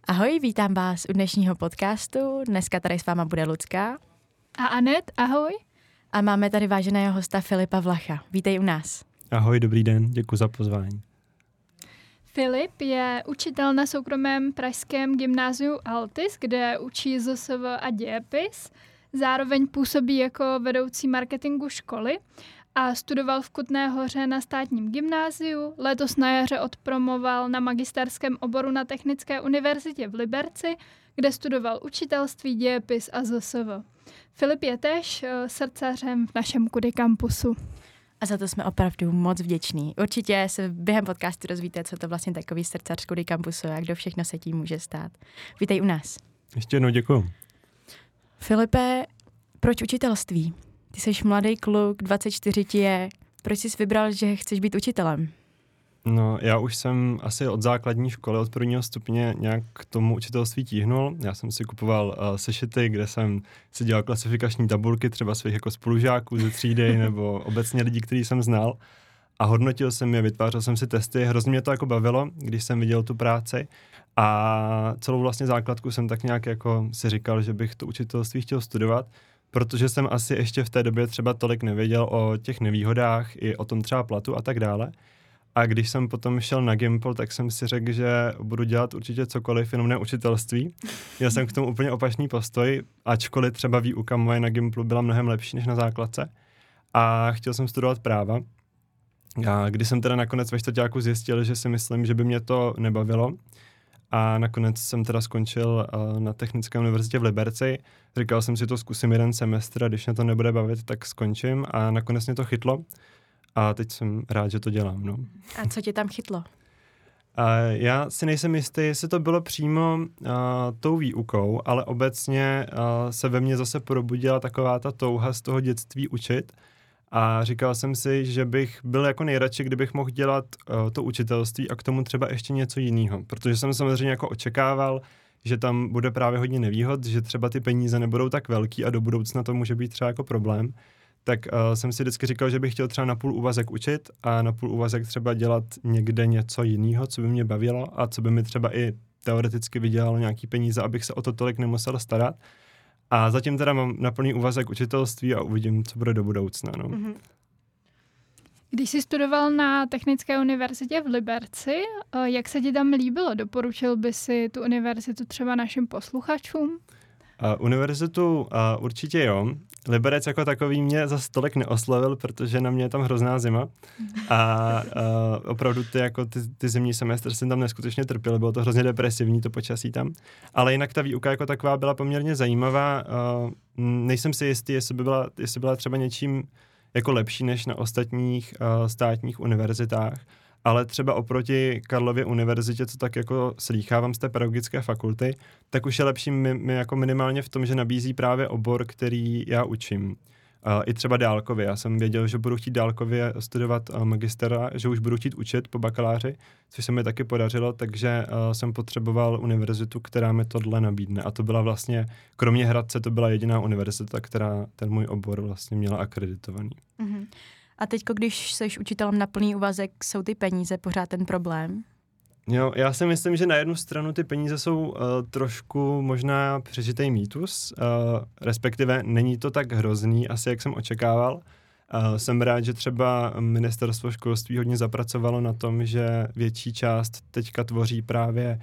Ahoj, vítám vás u dnešního podcastu. Dneska tady s váma bude Lucka. A Anet, ahoj. A máme tady váženého hosta Filipa Vlacha. Vítej u nás. Ahoj, dobrý den, děkuji za pozvání. Filip je učitel na soukromém pražském gymnáziu Altis, kde učí ZSV a dějepis. Zároveň působí jako vedoucí marketingu školy a studoval v Kutné Hoře na státním gymnáziu. Letos na jaře odpromoval na magisterském oboru na Technické univerzitě v Liberci, kde studoval učitelství, dějepis a ZSV. Filip je též srdcařem v našem Kudy kampusu. A za to jsme opravdu moc vděční. Určitě se během podcastu dozvíte, co to vlastně takový srdcař Kudy kampusu a kdo všechno se tím může stát. Vítej u nás. Ještě jednou děkuju. Filipe, proč učitelství? Ty jsi mladý kluk, 24 ti je. Proč jsi vybral, že chceš být učitelem? No, já už jsem asi od základní školy, od prvního stupně nějak k tomu učitelství tíhnul. Já jsem si kupoval sešity, kde jsem si dělal klasifikační tabulky, třeba svých jako spolužáků ze třídy nebo obecně lidí, který jsem znal. A hodnotil jsem je, vytvářel jsem si testy. Hrozně mě to jako bavilo, když jsem viděl tu práci. A celou vlastně základku jsem tak nějak jako si říkal, že bych to učitelství chtěl studovat, protože jsem asi ještě v té době třeba tolik nevěděl o těch nevýhodách i o tom třeba platu a tak dále. A když jsem potom šel na Gimpl, tak jsem si řekl, že budu dělat určitě cokoliv, jenom ne učitelství. Měl jsem k tomu úplně opačný postoj, ačkoliv třeba výuka moje na Gimplu byla mnohem lepší než na základce. A chtěl jsem studovat práva. A když jsem teda nakonec ve čtvrťáku zjistil, že si myslím, že by mě to nebavilo, a nakonec jsem teda skončil na Technické univerzitě v Liberci. Říkal jsem si, to zkusím jeden semestr a když mě to nebude bavit, tak skončím. A nakonec mě to chytlo. A teď jsem rád, že to dělám. No. A co tě tam chytlo? Já si nejsem jistý, jestli to bylo přímo tou výukou, ale obecně se ve mně zase probudila taková ta touha z toho dětství učit. A říkal jsem si, že bych byl jako nejradši, kdybych mohl dělat to učitelství a k tomu třeba ještě něco jiného. Protože jsem samozřejmě jako očekával, že tam bude právě hodně nevýhod, že třeba ty peníze nebudou tak velký a do budoucna to může být třeba jako problém. Tak jsem si vždycky říkal, že bych chtěl třeba na půl úvazek učit a na půl úvazek třeba dělat někde něco jiného, co by mě bavilo a co by mi třeba i teoreticky vydělalo nějaký peníze, abych se o to tolik nemusel starat. A zatím teda mám na plný úvazek učitelství a uvidím, co bude do budoucna. No. Mm-hmm. Když jsi studoval na Technické univerzitě v Liberci, jak se ti tam líbilo? Doporučil by si tu univerzitu třeba našim posluchačům? Univerzitu určitě jo. Liberec jako takový mě za tolik neoslovil, protože na mě je tam hrozná zima. A opravdu ty zimní semestry jsem tam neskutečně trpěl, bylo to hrozně depresivní, to počasí tam. Ale jinak ta výuka jako taková byla poměrně zajímavá. Nejsem si jistý, jestli byla třeba něčím jako lepší než na ostatních státních univerzitách. Ale třeba oproti Karlově univerzitě, co tak jako slýchávám z té pedagogické fakulty, tak už je lepší jako minimálně v tom, že nabízí právě obor, který já učím. I třeba dálkově. Já jsem věděl, že budu chtít dálkově studovat magistera, že už budu chtít učit po bakaláři, což se mi taky podařilo, takže jsem potřeboval univerzitu, která mi tohle nabídne. A to byla vlastně, kromě Hradce, to byla jediná univerzita, která ten můj obor vlastně měla akreditovaný. Mm-hmm. A teďko, když jsi učitelem na plný úvazek, jsou ty peníze pořád ten problém? Jo, já si myslím, že na jednu stranu ty peníze jsou trošku možná přežitej mýtus, respektive není to tak hrozný, asi jak jsem očekával. Jsem rád, že třeba ministerstvo školství hodně zapracovalo na tom, že větší část teďka tvoří právě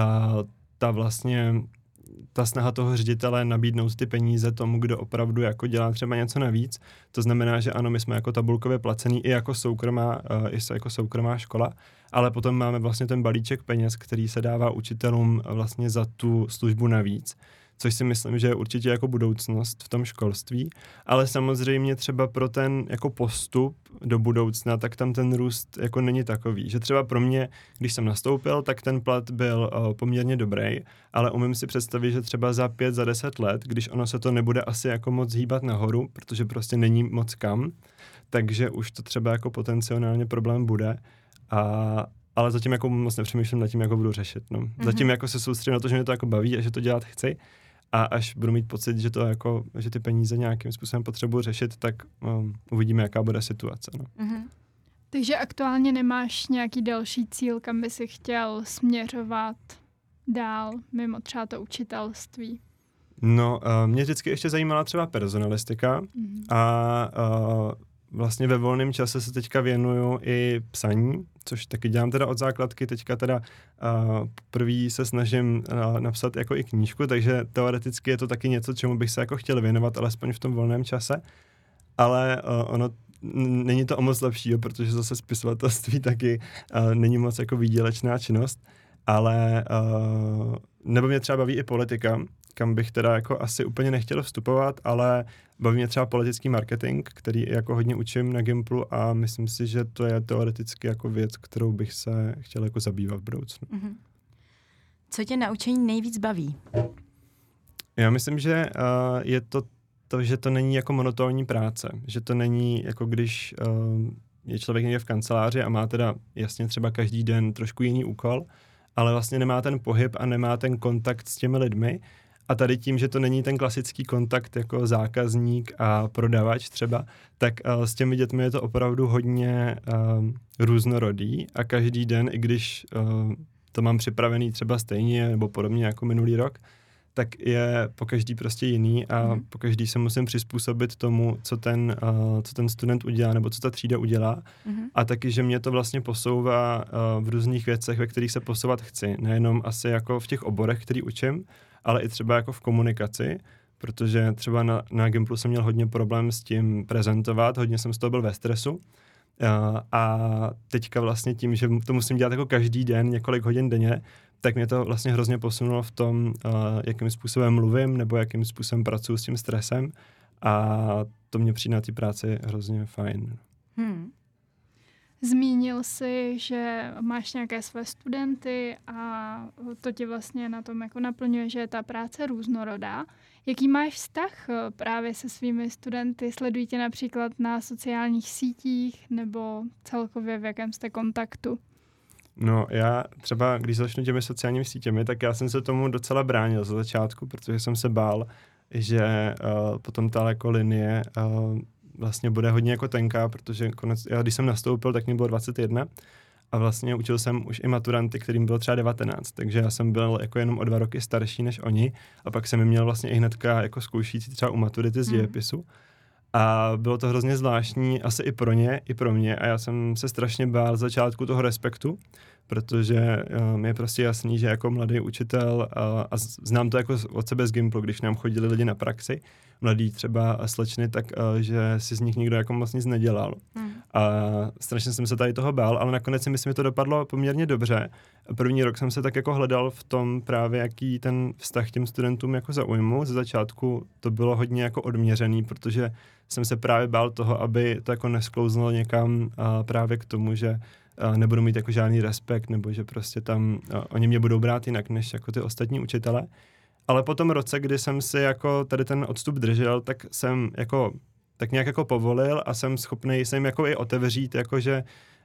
ta snaha toho ředitele nabídnout ty peníze tomu, kdo opravdu jako dělá třeba něco navíc. To znamená, že ano, my jsme jako tabulkově placený i jako soukromá škola, ale potom máme vlastně ten balíček peněz, který se dává učitelům vlastně za tu službu navíc, což si myslím, že je určitě jako budoucnost v tom školství, ale samozřejmě třeba pro ten jako postup do budoucna, tak tam ten růst jako není takový, že třeba pro mě, když jsem nastoupil, tak ten plat byl poměrně dobrý, ale umím si představit, že třeba za 5, za 10 let, když ono se to nebude asi jako moc hýbat nahoru, protože prostě není moc kam, takže už to třeba jako potenciálně problém bude. Ale zatím jako moc nepřemýšlím nad tím, jako budu řešit. No. Mm-hmm. Zatím jako se soustředím na to, že mě to jako baví a že to dělat chci. A až budu mít pocit, že to jako, že ty peníze nějakým způsobem potřebuji řešit, tak uvidíme, jaká bude situace. No. Mm-hmm. Takže aktuálně nemáš nějaký další cíl, kam by si chtěl směřovat? dál, mimo třeba to učitelství? No, mě vždycky ještě zajímala třeba personalistika a vlastně ve volném čase se teďka věnuju i psaní, což taky dělám teda od základky, teďka teda prvý se snažím napsat jako i knížku, takže teoreticky je to taky něco, čemu bych se jako chtěl věnovat, alespoň v tom volném čase, ale ono není to o moc lepšího, protože zase spisovatelství taky není moc jako výdělečná činnost, ale nebo mě třeba baví i politika, kam bych teda jako asi úplně nechtěl vstupovat, ale baví mě třeba politický marketing, který jako hodně učím na Gimplu a myslím si, že to je teoreticky jako věc, kterou bych se chtěl jako zabývat v budoucnu. Co tě na učení nejvíc baví? Já myslím, že je to, že to není jako monotónní práce, že to není jako když je člověk někde v kanceláři a má teda jasně třeba každý den trošku jiný úkol, ale vlastně nemá ten pohyb a nemá ten kontakt s těmi lidmi. A tady tím, že to není ten klasický kontakt jako zákazník a prodavač třeba, tak s těmi dětmi je to opravdu hodně různorodý a každý den, i když to mám připravený třeba stejně nebo podobně jako minulý rok, tak je po každý prostě jiný a po každý se musím přizpůsobit tomu, co ten student udělá nebo co ta třída udělá. A taky, že mě to vlastně posouvá v různých věcech, ve kterých se posouvat chci. Nejenom asi jako v těch oborech, který učím, ale i třeba jako v komunikaci, protože třeba na Gimplu jsem měl hodně problém s tím prezentovat, hodně jsem z toho byl ve stresu a teďka vlastně tím, že to musím dělat jako každý den, několik hodin denně, tak mě to vlastně hrozně posunulo v tom, jakým způsobem mluvím nebo jakým způsobem pracuji s tím stresem a to mě přijde na té práci hrozně fajn. Zmínil jsi, že máš nějaké své studenty a to tě vlastně na tom jako naplňuje, že je ta práce různorodá. Jaký máš vztah právě se svými studenty? Sledují tě například na sociálních sítích nebo celkově v jakém jste kontaktu? No já třeba, když začnu těmi sociálními sítěmi, tak já jsem se tomu docela bránil za začátku, protože jsem se bál, že potom ta jako linie vlastně bude hodně jako tenká, protože já když jsem nastoupil, tak mě bylo 21 a vlastně učil jsem už i maturanty, kterým bylo třeba 19, takže já jsem byl jako jenom o 2 roky starší než oni a pak jsem je měl vlastně i hnedka jako zkoušící třeba u maturity z dějepisu. A bylo to hrozně zvláštní, asi i pro ně, i pro mě a já jsem se strašně bál z začátku toho respektu, protože mi je prostě jasný, že jako mladý učitel a znám to jako od sebe z Gimplu, když nám chodili lidi na praxi, mladí třeba slečny, tak že si z nich nikdo jako moc nic nedělal. A strašně jsem se tady toho bál, ale nakonec si myslím, že to dopadlo poměrně dobře. První rok jsem se tak jako hledal v tom právě, jaký ten vztah těm studentům jako zaujmu. Ze začátku to bylo hodně jako odměřený, protože jsem se právě bál toho, aby to jako nesklouzlo někam právě k tomu, že nebudu mít jako žádný respekt, nebo že prostě tam oni mě budou brát jinak než jako ty ostatní učitele. Ale po tom roce, kdy jsem si jako tady ten odstup držel, tak jsem jako tak nějak jako povolil a jsem schopný se jim jako i otevřít, jakože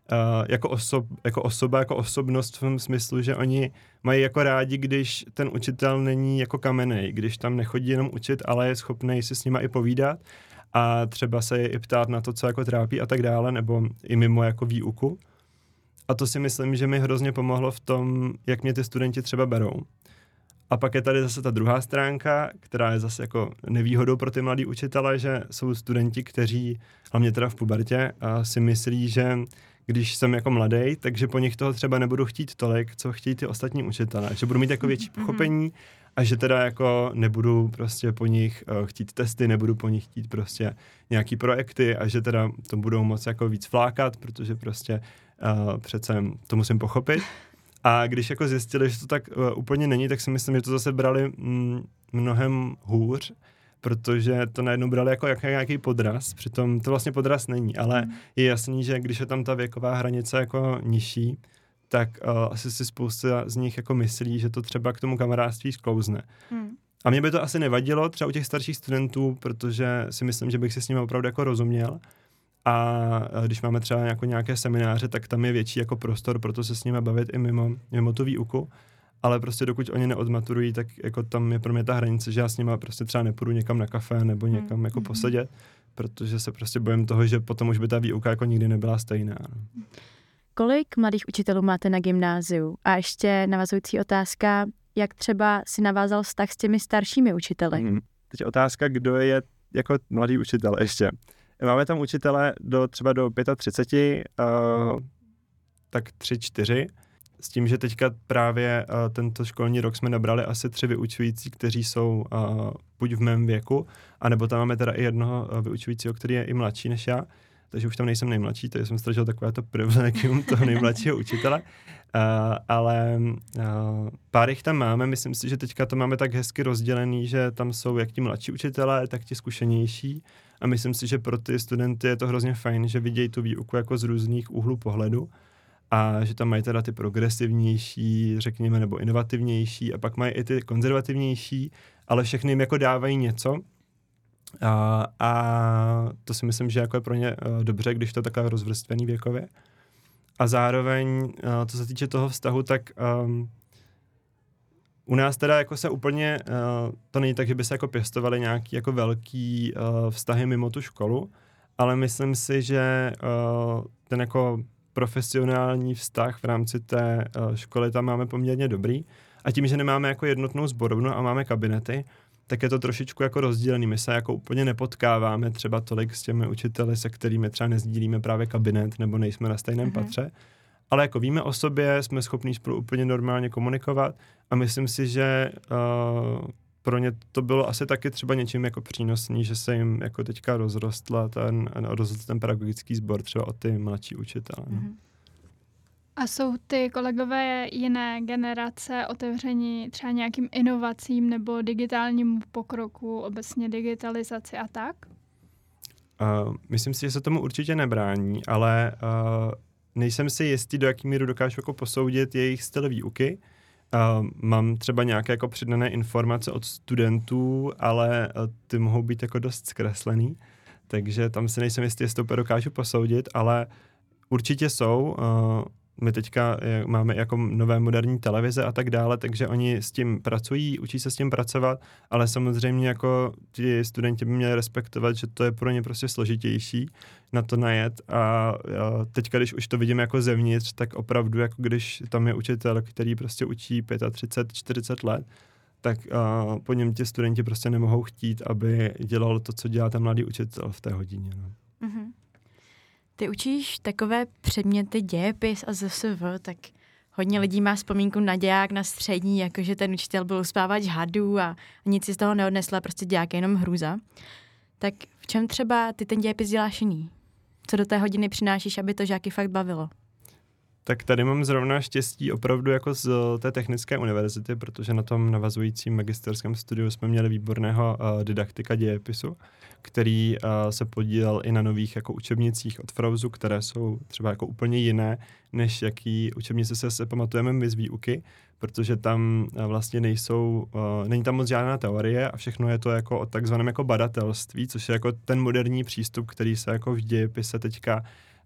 jako osoba, jako osobnost v tom smyslu, že oni mají jako rádi, když ten učitel není jako kamenej, když tam nechodí jenom učit, ale je schopný si s nima i povídat a třeba se je i ptát na to, co jako trápí a tak dále, nebo i mimo jako výuku. A to si myslím, že mi hrozně pomohlo v tom, jak mě ty studenti třeba berou. A pak je tady zase ta druhá stránka, která je zase jako nevýhodou pro ty mladý učitele, že jsou studenti, kteří, hlavně teda v pubertě, si myslí, že když jsem jako mladý, takže po nich toho třeba nebudu chtít tolik, co chtějí ty ostatní učitelé. Že budu mít jako větší pochopení a že teda jako nebudu prostě po nich chtít testy, nebudu po nich chtít prostě nějaký projekty a že teda to budou moc jako víc flákat, protože prostě přece to musím pochopit. A když jako zjistili, že to tak úplně není, tak si myslím, že to zase brali mnohem hůř, protože to najednou brali jako nějaký podraz, přitom to vlastně podraz není, ale je jasný, že když je tam ta věková hranice jako nižší, tak asi si spousta z nich jako myslí, že to třeba k tomu kamarádství sklouzne. A mě by to asi nevadilo třeba u těch starších studentů, protože si myslím, že bych si s nimi opravdu jako rozuměl. A když máme třeba nějaké semináře, tak tam je větší jako prostor pro to se s nimi bavit i mimo tu výuku. Ale prostě dokud oni neodmaturují, tak jako tam je pro mě ta hranice, že já s nimi prostě třeba nepůjdu někam na kafe nebo někam jako posedět, protože se prostě bojím toho, že potom už by ta výuka jako nikdy nebyla stejná. Kolik mladých učitelů máte na gymnáziu? A ještě navazující otázka, jak třeba si navázal vztah s těmi staršími učiteli. Teď otázka, kdo je jako mladý učitel ještě. Máme tam učitele třeba do 35, tak 3-4, s tím, že teďka právě tento školní rok jsme nabrali asi 3 vyučující, kteří jsou buď v mém věku, anebo tam máme teda i jednoho vyučujícího, který je i mladší než já, takže už tam nejsem nejmladší, takže jsem ztratil takovéto privilegium toho nejmladšího učitele, ale pár jich tam máme, myslím si, že teďka to máme tak hezky rozdělený, že tam jsou jak ti mladší učitelé, tak ti zkušenější a myslím si, že pro ty studenty je to hrozně fajn, že vidějí tu výuku jako z různých úhlů pohledu a že tam mají teda ty progresivnější, řekněme, nebo inovativnější a pak mají i ty konzervativnější, ale všechny jim jako dávají něco. A to si myslím, že jako je pro ně dobře, když to je takhle rozvrstvený věkově. A zároveň, co se týče toho vztahu, tak u nás teda jako se úplně, to není tak, že by se jako pěstovali nějaký jako velký vztahy mimo tu školu, ale myslím si, že ten jako profesionální vztah v rámci té školy tam máme poměrně dobrý. A tím, že nemáme jako jednotnou sborovnu a máme kabinety, tak je to trošičku jako rozdílený. My se jako úplně nepotkáváme třeba tolik s těmi učiteli, se kterými třeba nezdílíme právě kabinet nebo nejsme na stejném patře. Ale jako víme o sobě, jsme schopní spolu úplně normálně komunikovat a myslím si, že pro ně to bylo asi taky třeba něčím jako přínosný, že se jim jako teďka rozrostl ten pedagogický sbor třeba o ty mladší učitele. No. A jsou ty kolegové jiné generace otevření třeba nějakým inovacím nebo digitálnímu pokroku, obecně digitalizaci a tak? Myslím si, že se tomu určitě nebrání, ale nejsem si jistý, do jaký míru dokážu jako posoudit jejich styl výuky. Mám třeba nějaké jako přidané informace od studentů, ale ty mohou být jako dost zkreslený, takže tam si nejsem jistý, jestli to úplně dokážu posoudit, ale určitě jsou. My teďka máme jako nové moderní televize a tak dále, takže oni s tím pracují, učí se s tím pracovat, ale samozřejmě jako ti studenti by měli respektovat, že to je pro ně prostě složitější na to najet a teďka, když už to vidím jako zevnitř, tak opravdu jako když tam je učitel, který prostě učí 35-40 let, tak po něm ti studenti prostě nemohou chtít, aby dělal to, co dělá ten mladý učitel v té hodině. No. Mm-hmm. Ty učíš takové předměty dějepis a ZSV, tak hodně lidí má vzpomínku na děják na střední, jakože ten učitel byl uspávač hadů a nic si z toho neodnesla, prostě děják jenom hrůza. Tak v čem třeba ty ten dějepis děláš jiný? Co do té hodiny přinášíš, aby to žáky fakt bavilo? Tak tady mám zrovna štěstí opravdu jako z té technické univerzity, protože na tom navazujícím magisterském studiu jsme měli výborného didaktika dějepisu, který se podílel i na nových jako učebnicích od Frauzu, které jsou třeba jako úplně jiné, než jaký učebnice se pamatujeme my z výuky, protože tam vlastně není tam moc žádná teorie a všechno je to jako o takzvaném jako badatelství, což je jako ten moderní přístup, který se jako v dějepise teďka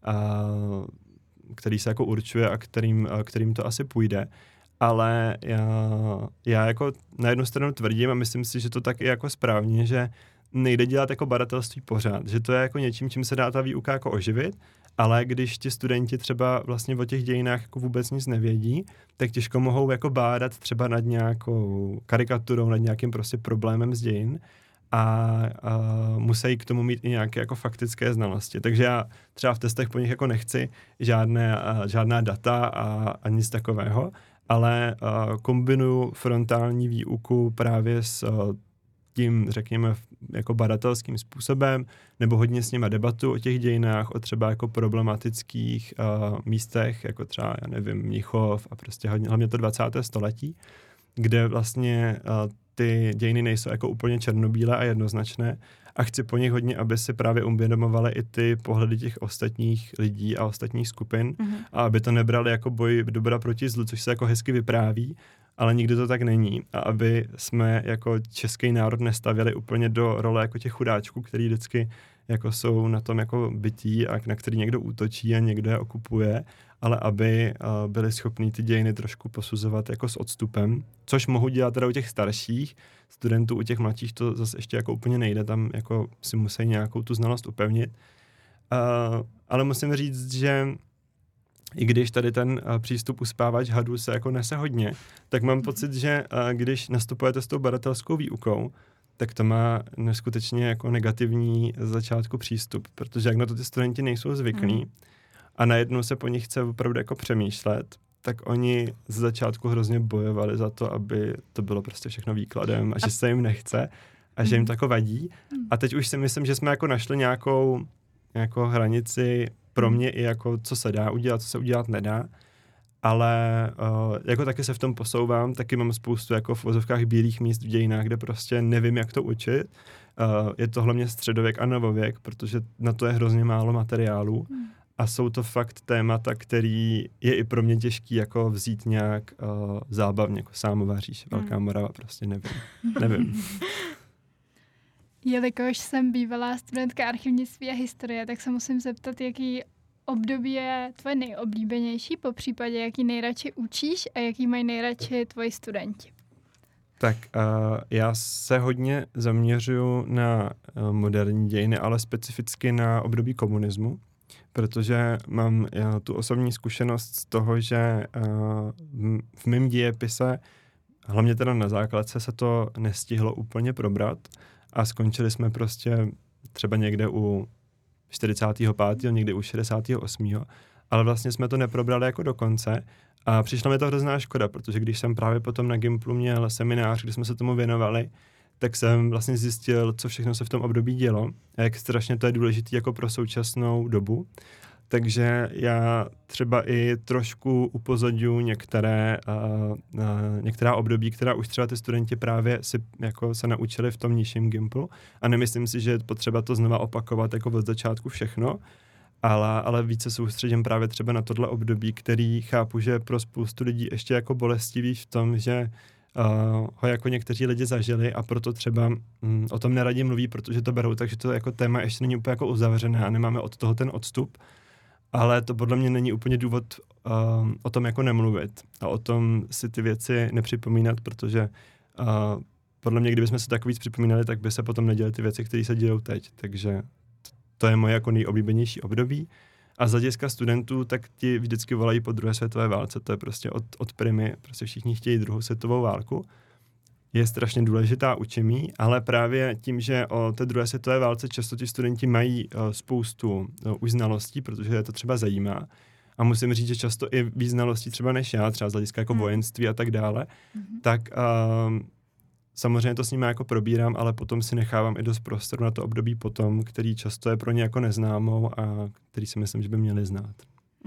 který se jako určuje a kterým to asi půjde. Ale já jako na jednu stranu tvrdím a myslím si, že to tak je jako správně, že nejde dělat jako badatelství pořád, že to je jako něčím, čím se dá ta výuka jako oživit, ale když ti studenti třeba vlastně o těch dějinách jako vůbec nic nevědí, tak těžko mohou jako bádat třeba nad nějakou karikaturou, nad nějakým prostě problémem z dějin a musí k tomu mít i nějaké jako faktické znalosti. Takže já třeba v testech po nich jako nechci žádná data a nic takového, ale kombinuju frontální výuku právě s tím, řekněme, jako badatelským způsobem, nebo hodně s nima debatu o těch dějinách, o třeba jako problematických místech, jako třeba, já nevím, Mnichov a prostě hlavně to 20. století, kde vlastně ty dějiny nejsou jako úplně černobílé a jednoznačné a chci po nich hodně, aby si právě uvědomovali i ty pohledy těch ostatních lidí a ostatních skupin a aby to nebrali jako boj dobra proti zlu, což se jako hezky vypráví, ale nikdy to tak není a aby jsme jako český národ nestavěli úplně do role jako těch chudáčků, který vždycky jako jsou na tom jako bytí a na který někdo útočí a někdo je okupuje, ale aby byli schopní ty dějiny trošku posuzovat jako s odstupem, což mohu dělat teda u těch starších studentů, u těch mladších to zase ještě jako úplně nejde, tam jako si musí nějakou tu znalost upevnit. Ale musím říct, že i když tady ten přístup uspávač hadů se jako nese hodně, tak mám pocit, že když nastupujete s tou badatelskou výukou, tak to má neskutečně jako negativní z začátku přístup, protože jak na to ty studenti nejsou zvyklí a najednou se po nich chce opravdu jako přemýšlet, tak oni z začátku hrozně bojovali za to, aby to bylo prostě všechno výkladem a že se jim nechce a že jim to jako vadí. A teď už si myslím, že jsme jako našli nějakou hranici pro mě i jako co se dá udělat, co se udělat nedá, ale jako taky se v tom posouvám, taky mám spoustu jako v uvozovkách bílých míst v dějinách, kde prostě nevím, jak to učit. Je to hlavně středověk a novověk, protože na to je hrozně málo materiálů a jsou to fakt témata, který je i pro mě těžký jako vzít nějak zábavně, jako Sámová říše, Velká Morava, prostě nevím. Jelikož jsem bývalá studentka archivnictví a historie, tak se musím zeptat, jaký období je tvoje nejoblíbenější, po případě jaký nejradši učíš a jaký mají nejradši tvoji studenti? Tak já se hodně zaměřuju na moderní dějiny, ale specificky na období komunismu, protože mám tu osobní zkušenost z toho, že v mém dějepise, hlavně teda na základce, se to nestihlo úplně probrat a skončili jsme prostě třeba někde u 45., někdy u 68., ale vlastně jsme to neprobrali jako do konce a přišla mi to hrozná škoda, protože když jsem právě potom na Gimplu měl seminář, kde jsme se tomu věnovali, tak jsem vlastně zjistil, co všechno se v tom období dělo a jak strašně to je důležité jako pro současnou dobu. Takže já třeba i trošku upozorňuji některá období, která už třeba ty studenti právě si jako se naučili v tom nižším Gimplu a nemyslím si, že je potřeba to znova opakovat jako od začátku všechno, ale více soustředím právě třeba na tohle období, který chápu, že pro spoustu lidí ještě jako bolestivý v tom, že ho jako někteří lidi zažili a proto třeba o tom neradi mluví, protože to berou, takže to jako téma ještě není úplně jako uzavřené a nemáme od toho ten odstup. Ale to podle mě není úplně důvod o tom jako nemluvit a o tom si ty věci nepřipomínat, protože podle mě, kdybychom se tak víc připomínali, tak by se potom neděly ty věci, které se dějou teď. Takže to je moje jako nejoblíbenější období. A z hlediska studentů, tak ti vždycky volají po druhé světové válce. To je prostě od primy, prostě všichni chtějí druhou světovou válku. Je strašně důležitá, učím jí, ale právě tím, že o té druhé světové válce často ti studenti mají spoustu už znalostí, protože je to třeba zajímá. A musím říct, že často i víc znalostí třeba než já, třeba z hlediska jako vojenství a tak dále, tak samozřejmě to s nimi jako probírám, ale potom si nechávám i dost prostoru na to období potom, který často je pro ně jako neznámou a který si myslím, že by měli znát.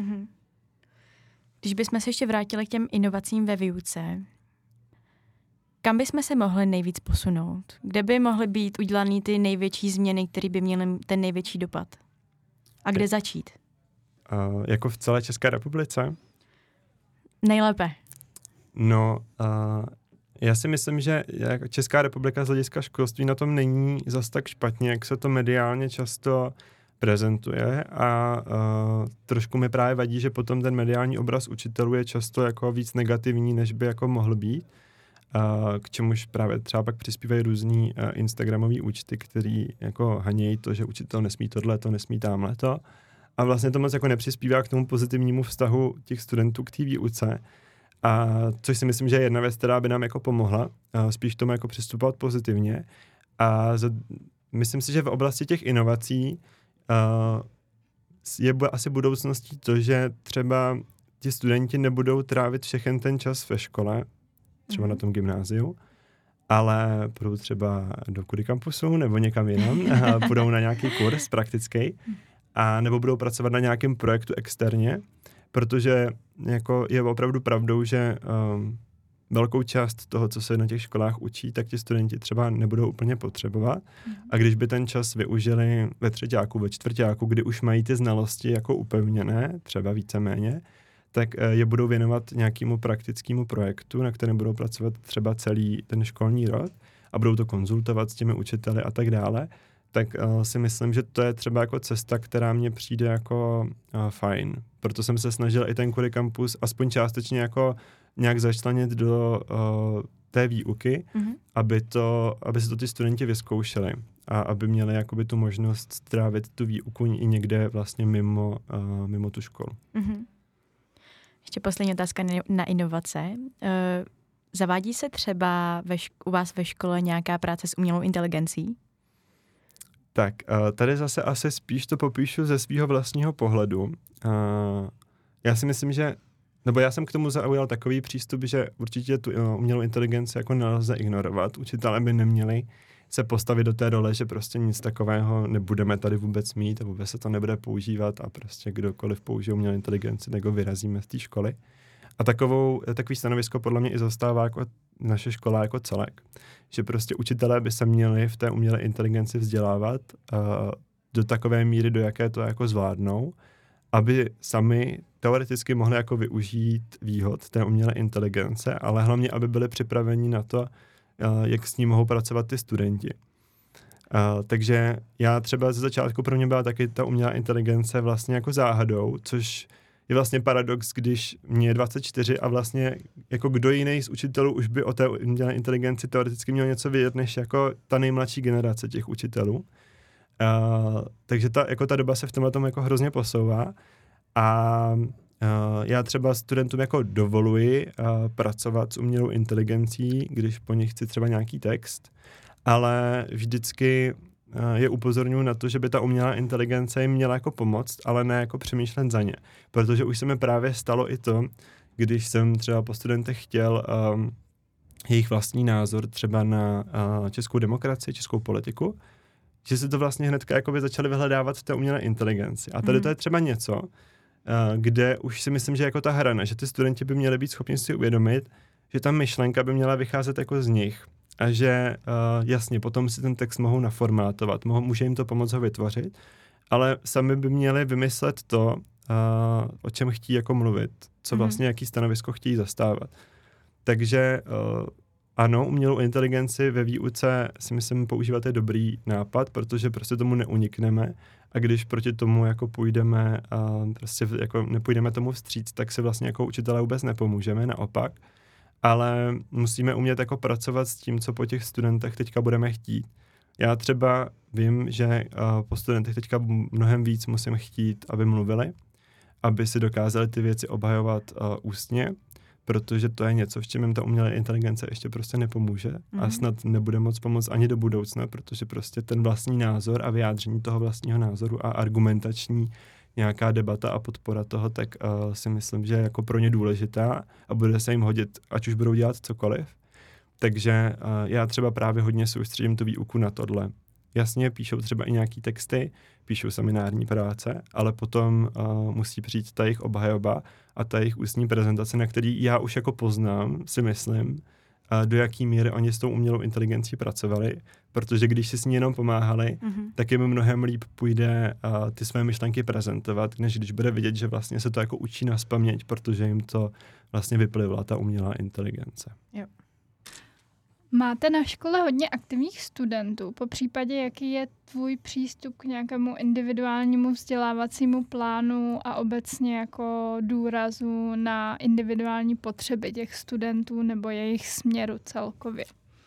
Když bychom se ještě vrátili k těm inovacím ve výuce, kam bychom se mohli nejvíc posunout? Kde by mohly být udělané ty největší změny, které by měly ten největší dopad? A kde začít? Jako v celé České republice? Nejlépe. No, já si myslím, že Česká republika z hlediska školství na tom není zas tak špatně, jak se to mediálně často prezentuje a trošku mi právě vadí, že potom ten mediální obraz učitelů je často jako víc negativní, než by jako mohl být. K čemuž právě třeba pak přispívají různý instagramový účty, který jako hanějí to, že učitel nesmí tohle, to nesmí támhleto. A vlastně to moc jako nepřispívá k tomu pozitivnímu vztahu těch studentů k té výuce. A což si myslím, že je jedna věc, která by nám jako pomohla spíš tomu jako přistupovat pozitivně. A myslím si, že v oblasti těch inovací je asi budoucností to, že třeba ti studenti nebudou trávit všechen ten čas ve škole, třeba na tom gymnáziu, ale půjdou třeba do Kudy kampusu nebo někam jinam, půjdou na nějaký kurz praktický, a nebo budou pracovat na nějakém projektu externě, protože jako je opravdu pravdou, že velkou část toho, co se na těch školách učí, tak ti studenti třeba nebudou úplně potřebovat. A když by ten čas využili ve třeťáku, ve čtvrťáku, kdy už mají ty znalosti jako upevněné, třeba víceméně, tak je budou věnovat nějakému praktickému projektu, na kterém budou pracovat třeba celý ten školní rok a budou to konzultovat s těmi učiteli a tak dále, tak si myslím, že to je třeba jako cesta, která mně přijde jako fajn. Proto jsem se snažil i ten Kudy Campus aspoň částečně jako nějak začlenit do té výuky, aby si to ty studenti vyzkoušeli a aby měli jakoby tu možnost strávit tu výuku i někde vlastně mimo tu školu. Ještě poslední otázka na inovace. Zavádí se třeba u vás ve škole nějaká práce s umělou inteligencí? Tak, tady zase asi spíš to popíšu ze svého vlastního pohledu. Já si myslím, nebo já jsem k tomu zaujal takový přístup, že určitě tu umělou inteligenci jako nelze ignorovat. Učitelé by neměli se postavit do té role, že prostě nic takového nebudeme tady vůbec mít a vůbec se to nebude používat a prostě kdokoliv použije umělou inteligenci, tak ho vyrazíme z té školy. A takový stanovisko podle mě i zastává jako naše škola jako celek. Že prostě učitelé by se měli v té umělé inteligenci vzdělávat do takové míry, do jaké to jako zvládnou, aby sami teoreticky mohli jako využít výhod té umělé inteligence, ale hlavně, aby byli připraveni na to, jak s ní mohou pracovat ty studenti. Takže já třeba ze začátku pro mě byla taky ta umělá inteligence vlastně jako záhadou, což je vlastně paradox, když mě je 24 a vlastně jako kdo jiný z učitelů už by o té umělé inteligenci teoreticky měl něco vědět, než jako ta nejmladší generace těch učitelů. Takže ta doba se v tomhle tomu jako hrozně posouvá a já třeba studentům jako dovoluji pracovat s umělou inteligencí, když po nich chci třeba nějaký text, ale vždycky je upozorňuji na to, že by ta umělá inteligence jim měla jako pomoct, ale ne jako přemýšlet za ně. Protože už se mi právě stalo i to, když jsem třeba po studentech chtěl jejich vlastní názor třeba na českou demokracii, českou politiku, že se to vlastně hnedka jakoby začali vyhledávat v té umělé inteligenci. A tady to je třeba něco, kde už si myslím, že jako ta hrana, že ty studenti by měli být schopni si uvědomit, že ta myšlenka by měla vycházet jako z nich. A že jasně, potom si ten text mohou naformátovat, může jim to pomoct ho vytvořit, ale sami by měli vymyslet to, o čem chtějí jako mluvit, co vlastně, jaký stanovisko chtějí zastávat. Takže ano, umělou inteligenci ve výuce si myslím používat je dobrý nápad, protože prostě tomu neunikneme a když proti tomu jako půjdeme prostě jako nepůjdeme tomu vstříc, tak si vlastně jako učitelé vůbec nepomůžeme, naopak. Ale musíme umět jako pracovat s tím, co po těch studentech teďka budeme chtít. Já třeba vím, že po studentech teďka mnohem víc musím chtít, aby mluvili, aby si dokázali ty věci obhajovat ústně, protože to je něco, v čem jim ta umělá inteligence ještě prostě nepomůže a snad nebude moc pomoct ani do budoucna, protože prostě ten vlastní názor a vyjádření toho vlastního názoru a argumentační nějaká debata a podpora toho, tak si myslím, že je jako pro ně důležitá a bude se jim hodit, ať už budou dělat cokoliv. Takže já třeba právě hodně soustředím tu výuku na tohle. Jasně, píšou třeba i nějaký texty, píšou seminární práce, ale potom musí přijít ta jejich obhajoba a ta jejich ústní prezentace, na který já už jako poznám, si myslím, do jaký míry oni s tou umělou inteligencí pracovali, protože když si s ní jenom pomáhali, tak jim mnohem líp půjde ty své myšlenky prezentovat, než když bude vidět, že vlastně se to jako učí nazpaměť, protože jim to vlastně vyplivla ta umělá inteligence. Jo. Máte na škole hodně aktivních studentů, po případě jaký je tvůj přístup k nějakému individuálnímu vzdělávacímu plánu a obecně jako důrazu na individuální potřeby těch studentů nebo jejich směru celkově?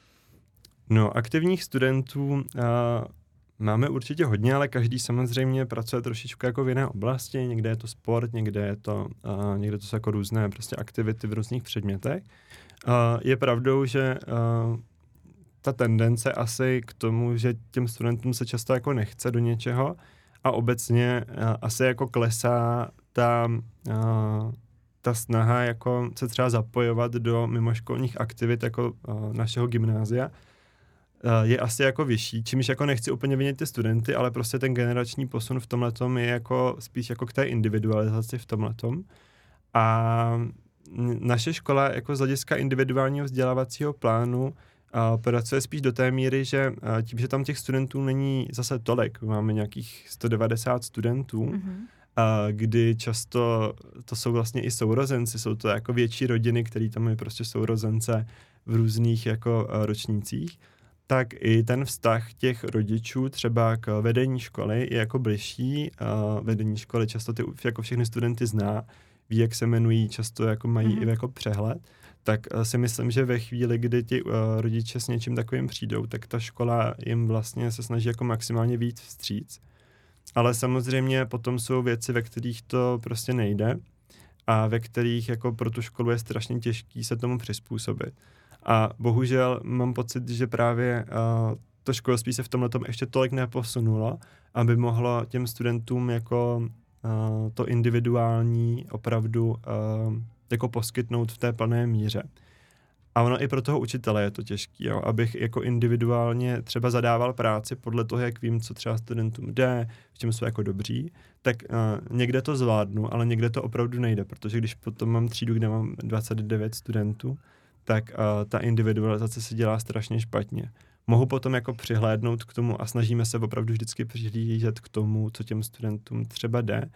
No, aktivních studentů máme určitě hodně, ale každý samozřejmě pracuje trošičku jako v jiné oblasti, někde je to sport, někde to jsou jako různé prostě aktivity v různých předmětech. Je pravdou, že ta tendence asi k tomu, že těm studentům se často jako nechce do něčeho a obecně asi jako klesá ta snaha jako se třeba zapojovat do mimoškolních aktivit jako našeho gymnázia je asi jako vyšší, čímž jako nechci úplně vinit ty studenty, ale prostě ten generační posun v tomhletom je jako spíš jako k té individualizaci v tomhletom. A naše škola jako z hlediska individuálního vzdělávacího plánu pracuje spíš do té míry, že tím, že tam těch studentů není zase tolik, máme nějakých 190 studentů, kdy často to jsou vlastně i sourozenci, jsou to jako větší rodiny, který tam mají prostě sourozence v různých jako ročnících, tak i ten vztah těch rodičů třeba k vedení školy je jako bližší. Vedení školy často ty jako všechny studenty zná, ví, jak se jmenují, často jako mají i jako přehled, tak si myslím, že ve chvíli, kdy ti rodiče s něčím takovým přijdou, tak ta škola jim vlastně se snaží jako maximálně víc vstříc. Ale samozřejmě potom jsou věci, ve kterých to prostě nejde a ve kterých jako pro tu školu je strašně těžký se tomu přizpůsobit. A bohužel mám pocit, že právě to školství se v tomhletom ještě tolik neposunulo, aby mohlo těm studentům jako to individuální opravdu jako poskytnout v té plné míře. A ono i pro toho učitele je to těžký, jo? Abych jako individuálně třeba zadával práci podle toho, jak vím, co třeba studentům jde, v čem jsou jako dobří, tak někde to zvládnu, ale někde to opravdu nejde, protože když potom mám třídu, kde mám 29 studentů, tak ta individualizace se dělá strašně špatně. Mohu potom jako přihlédnout k tomu a snažíme se opravdu vždycky přihlížet k tomu, co těm studentům třeba jde.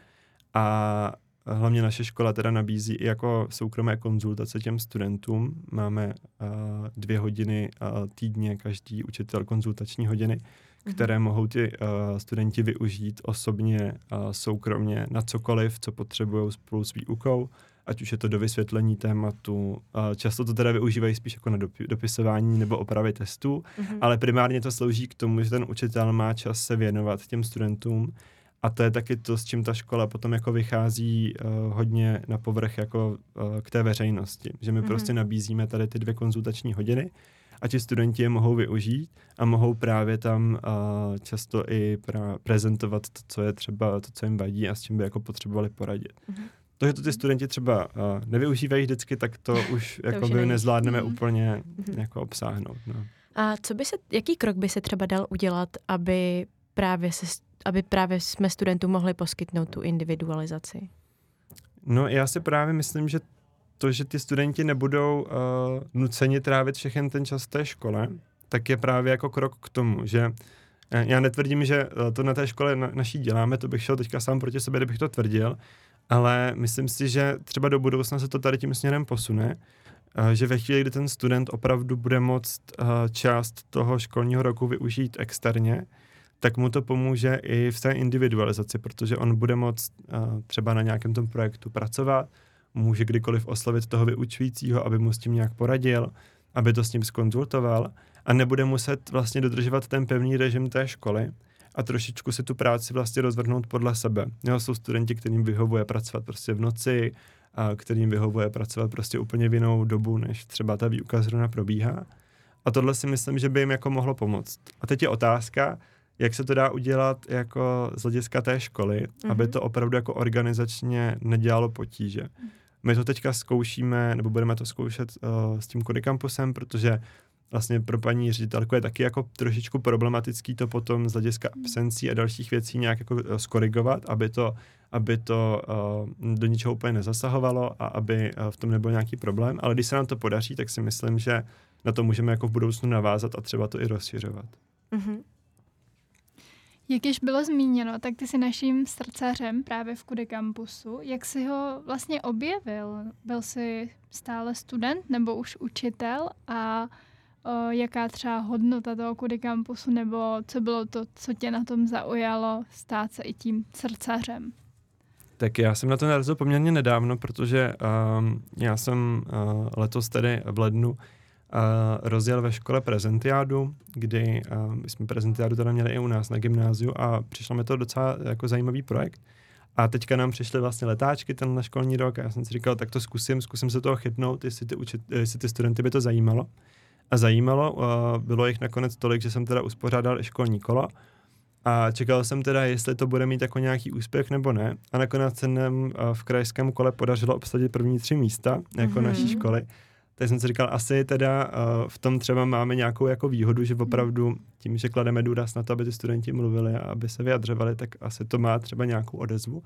A hlavně naše škola teda nabízí i jako soukromé konzultace těm studentům. Máme 2 hodiny týdně, každý učitel konzultační hodiny, které mohou ty studenti využít osobně, soukromně na cokoliv, co potřebují spolu s výukou, ať už je to do vysvětlení tématu. Často to teda využívají spíš jako na dopisování nebo opravy testů, ale primárně to slouží k tomu, že ten učitel má čas se věnovat těm studentům. A to je taky to, s čím ta škola potom jako vychází hodně na povrch jako k té veřejnosti. Že my prostě nabízíme tady ty 2 konzultační hodiny a ti studenti je mohou využít a mohou právě tam často i prezentovat to, co je třeba, to, co jim vadí a s čím by jako potřebovali poradit. To, že to ty studenti třeba nevyužívají vždycky, tak to už jako by nezvládneme úplně jako obsáhnout. No. A jaký krok by se třeba dal udělat, aby právě jsme studentům mohli poskytnout tu individualizaci? No já si právě myslím, že to, že ty studenti nebudou nuceni trávit všechen ten čas v té škole, tak je právě jako krok k tomu, že já netvrdím, že to na té škole naší děláme, to bych šel teďka sám proti sobě, kdybych to tvrdil, ale myslím si, že třeba do budoucna se to tady tím směrem posune, že ve chvíli, kdy ten student opravdu bude moct část toho školního roku využít externě, tak mu to pomůže i v té individualizaci, protože on bude moct třeba na nějakém tom projektu pracovat, může kdykoliv oslovit toho vyučujícího, aby mu s tím nějak poradil, aby to s ním zkonzultoval a nebude muset vlastně dodržovat ten pevný režim té školy a trošičku si tu práci vlastně rozvrhnout podle sebe. Jo, jsou studenti, kterým vyhovuje pracovat prostě v noci, a kterým vyhovuje pracovat prostě úplně v jinou dobu, než třeba ta výuka zrovna probíhá. A tohle si myslím, že by jim jako mohlo pomoct. A teď je otázka, jak se to dá udělat jako z hlediska té školy, aby to opravdu jako organizačně nedělalo potíže. My to teďka zkoušíme, nebo budeme to zkoušet s tím Kudykampusem, protože vlastně pro paní ředitelku je taky jako trošičku problematický to potom z hlediska absencí a dalších věcí nějak jako skorigovat, aby to do ničeho úplně nezasahovalo a aby v tom nebyl nějaký problém. Ale když se nám to podaří, tak si myslím, že na to můžeme jako v budoucnu navázat a třeba to i rozšiřovat. Jak již bylo zmíněno, tak ty jsi naším srdcařem právě v Kudykampusu. Jak jsi ho vlastně objevil? Byl jsi stále student nebo už učitel a jaká třeba hodnota toho Kudykampusu nebo co bylo to, co tě na tom zaujalo stát se i tím srdcařem? Tak já jsem na to narazil poměrně nedávno, protože já jsem letos tedy v lednu rozjel ve škole prezentiádu, kdy my jsme prezentiádu teda měli i u nás na gymnáziu a přišlo mi to docela jako zajímavý projekt. A teďka nám přišly vlastně letáčky ten na školní rok a já jsem si říkal, tak to zkusím se toho chytnout, jestli ty studenty by to zajímalo. A zajímalo, bylo jich nakonec tolik, že jsem teda uspořádal i školní kolo a čekal jsem teda, jestli to bude mít jako nějaký úspěch nebo ne. A nakonec se nám v krajském kole podařilo obsadit první 3 místa jako naší školy. Tak jsem si říkal, asi teda v tom třeba máme nějakou jako výhodu, že opravdu tím, že klademe důraz na to, aby ty studenti mluvili a aby se vyjadřovali, tak asi to má třeba nějakou odezvu.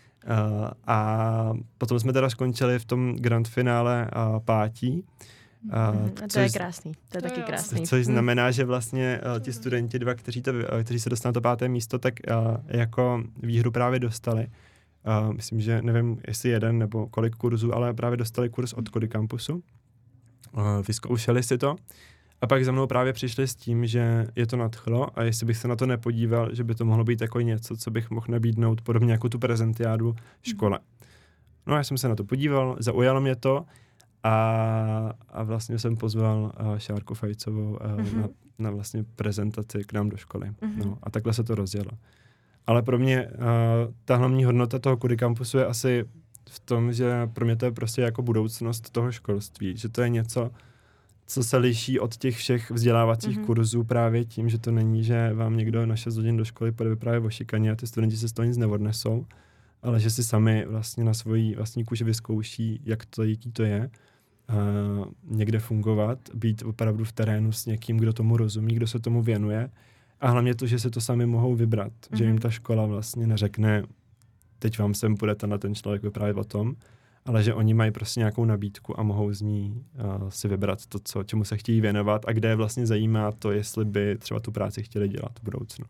A potom jsme teda skončili v tom grand finále 5. To je krásný, to je taky krásný. Což znamená, že vlastně ti studenti 2, kteří se dostali na to 5. místo, tak jako výhru právě dostali. Myslím, že nevím, jestli 1 nebo kolik kurzů, ale právě dostali kurz od Kudykampusu. Vyzkoušeli si to a pak za mnou právě přišli s tím, že je to nadchlo a jestli bych se na to nepodíval, že by to mohlo být jako něco, co bych mohl nabídnout podobně jako tu prezentiádu škole. No já jsem se na to podíval, zaujalo mě to a vlastně jsem pozval Šárku Fajcovou na vlastně prezentaci k nám do školy. No, a takhle se to rozjelo. Ale pro mě ta hlavní hodnota toho Kudykampusu je asi v tom, že pro mě to je prostě jako budoucnost toho školství, že to je něco, co se liší od těch všech vzdělávacích kurzů právě tím, že to není, že vám někdo na 6 hodin do školy půjde vyprávět o šikaně a ty studenti se z toho nic neodnesou, ale že si sami vlastně na svojí vlastní kůži vyzkouší, jaký to je, někde fungovat, být opravdu v terénu s někým, kdo tomu rozumí, kdo se tomu věnuje a hlavně to, že se to sami mohou vybrat, že jim ta škola vlastně neřekne, teď vám sem půjde ten člověk vyprávět o tom, ale že oni mají prostě nějakou nabídku a mohou z ní si vybrat to, čemu se chtějí věnovat a kde je vlastně zajímá to, jestli by třeba tu práci chtěli dělat v budoucnu.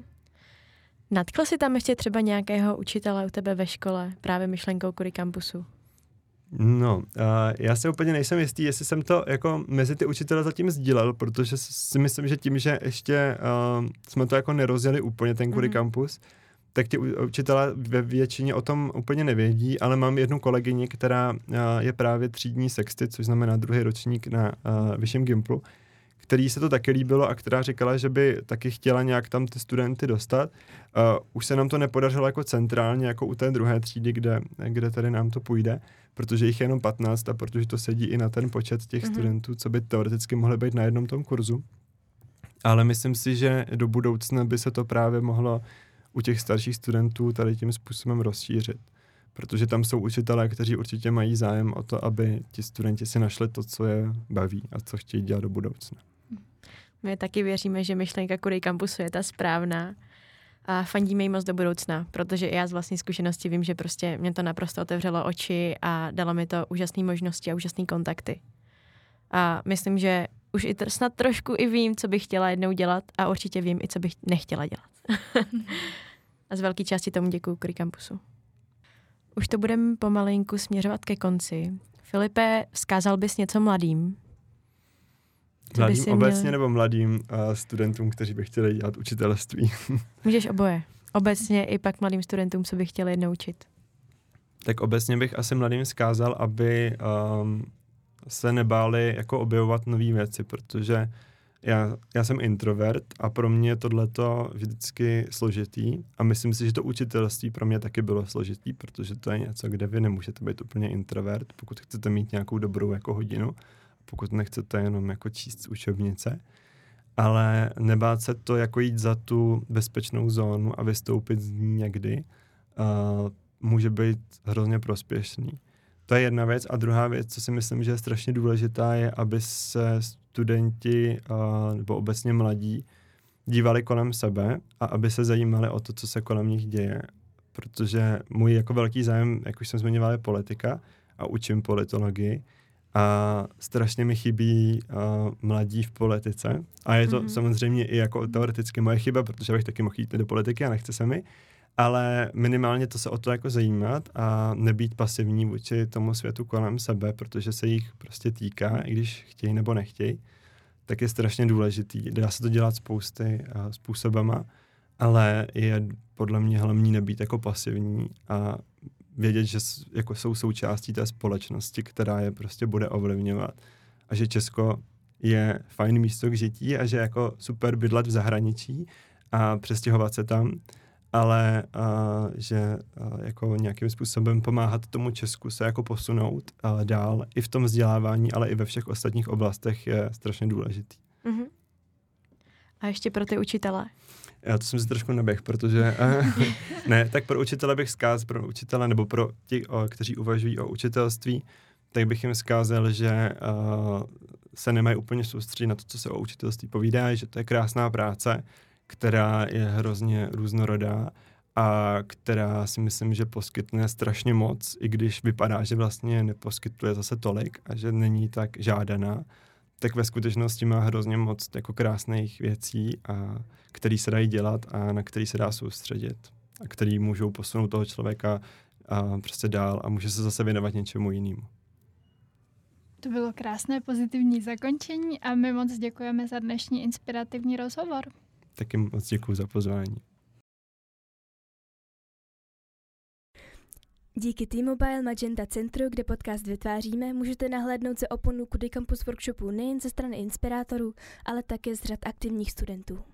Natkl jsi tam ještě třeba nějakého učitele u tebe ve škole právě myšlenkou Kudy Campusu? No, já si úplně nejsem jistý, jestli jsem to jako mezi ty učitele zatím sdílel, protože si myslím, že tím, že ještě jsme to jako nerozjeli úplně ten Kudy Campus, tak ti učitelé ve většině o tom úplně nevědí, ale mám jednu kolegyni, která je právě třídní sexty, což znamená 2. ročník na vyšším Gimplu, který se to taky líbilo a která říkala, že by taky chtěla nějak tam ty studenty dostat. Už se nám to nepodařilo jako centrálně, jako u té 2. třídy, kde tady nám to půjde, protože jich je jenom 15 a protože to sedí i na ten počet těch studentů, co by teoreticky mohly být na jednom tom kurzu. Ale myslím si, že do budoucna by se to právě mohlo u těch starších studentů tady tím způsobem rozšířit. Protože tam jsou učitelé, kteří určitě mají zájem o to, aby ti studenti si našli to, co je baví a co chtějí dělat do budoucna. My taky věříme, že myšlenka Kudy Campusu je ta správná a fandíme jí moc do budoucna, protože já z vlastní zkušenosti vím, že prostě mě to naprosto otevřelo oči a dalo mi to úžasné možnosti a úžasné kontakty. A myslím, že už i snad trošku i vím, co bych chtěla jednou dělat a určitě vím i, co bych nechtěla dělat. A z velké části tomu děkuju Kudy Campusu. Už to budeme pomalinku směřovat ke konci. Filipe, vzkázal bys něco mladým? Mladým obecně nebo mladým studentům, kteří by chtěli dělat učitelství? Můžeš oboje. Obecně i pak mladým studentům, co by chtěli jednou učit. Tak obecně bych asi mladým vzkázal, aby se nebáli jako objevovat nové věci, protože já jsem introvert a pro mě je tohleto vždycky složitý a myslím si, že to učitelství pro mě taky bylo složitý, protože to je něco, kde vy nemůžete být úplně introvert, pokud chcete mít nějakou dobrou jako hodinu, pokud nechcete jenom jako číst z učebnice, ale nebát se to jako jít za tu bezpečnou zónu a vystoupit z ní někdy, může být hrozně prospěšný. To je jedna věc. A druhá věc, co si myslím, že je strašně důležitá, je, aby se studenti nebo obecně mladí dívali kolem sebe a aby se zajímali o to, co se kolem nich děje. Protože můj jako velký zájem, jak už jsem zmiňoval, je politika a učím politologii a strašně mi chybí mladí v politice. A je to samozřejmě i jako teoreticky moje chyba, protože bych taky mohl jít do politiky a nechce se mi. Ale minimálně to se o to jako zajímat a nebýt pasivní vůči tomu světu kolem sebe, protože se jich prostě týká, i když chtějí nebo nechtějí, tak je strašně důležitý. Dá se to dělat spousty způsobama, ale je podle mě hlavní nebýt jako pasivní a vědět, že jako jsou součástí té společnosti, která je prostě bude ovlivňovat. A že Česko je fajn místo k žití a že jako super bydlet v zahraničí a přestěhovat se tam, ale že jako nějakým způsobem pomáhat tomu Česku se jako posunout dál i v tom vzdělávání, ale i ve všech ostatních oblastech je strašně důležitý. Mm-hmm. A ještě pro ty učitele? Já to jsem si trošku naběh, protože ne, tak pro učitele bych vzkázal, pro učitele nebo pro ti, kteří uvažují o učitelství, tak bych jim vzkázal, že se nemají úplně soustředit na to, co se o učitelství povídá, že to je krásná práce, která je hrozně různorodá a která si myslím, že poskytne strašně moc, i když vypadá, že vlastně neposkytuje zase tolik a že není tak žádaná, tak ve skutečnosti má hrozně moc jako krásných věcí, které se dají dělat a na který se dá soustředit a který můžou posunout toho člověka prostě dál a může se zase věnovat něčemu jinému. To bylo krásné pozitivní zakončení a my moc děkujeme za dnešní inspirativní rozhovor. Taky moc děkuji za pozvání. Díky T-Mobile Magenta Centru, kde podcast vytváříme, můžete nahlédnout za oponu Kudy Campus workshopu nejen ze strany inspirátorů, ale také z řad aktivních studentů.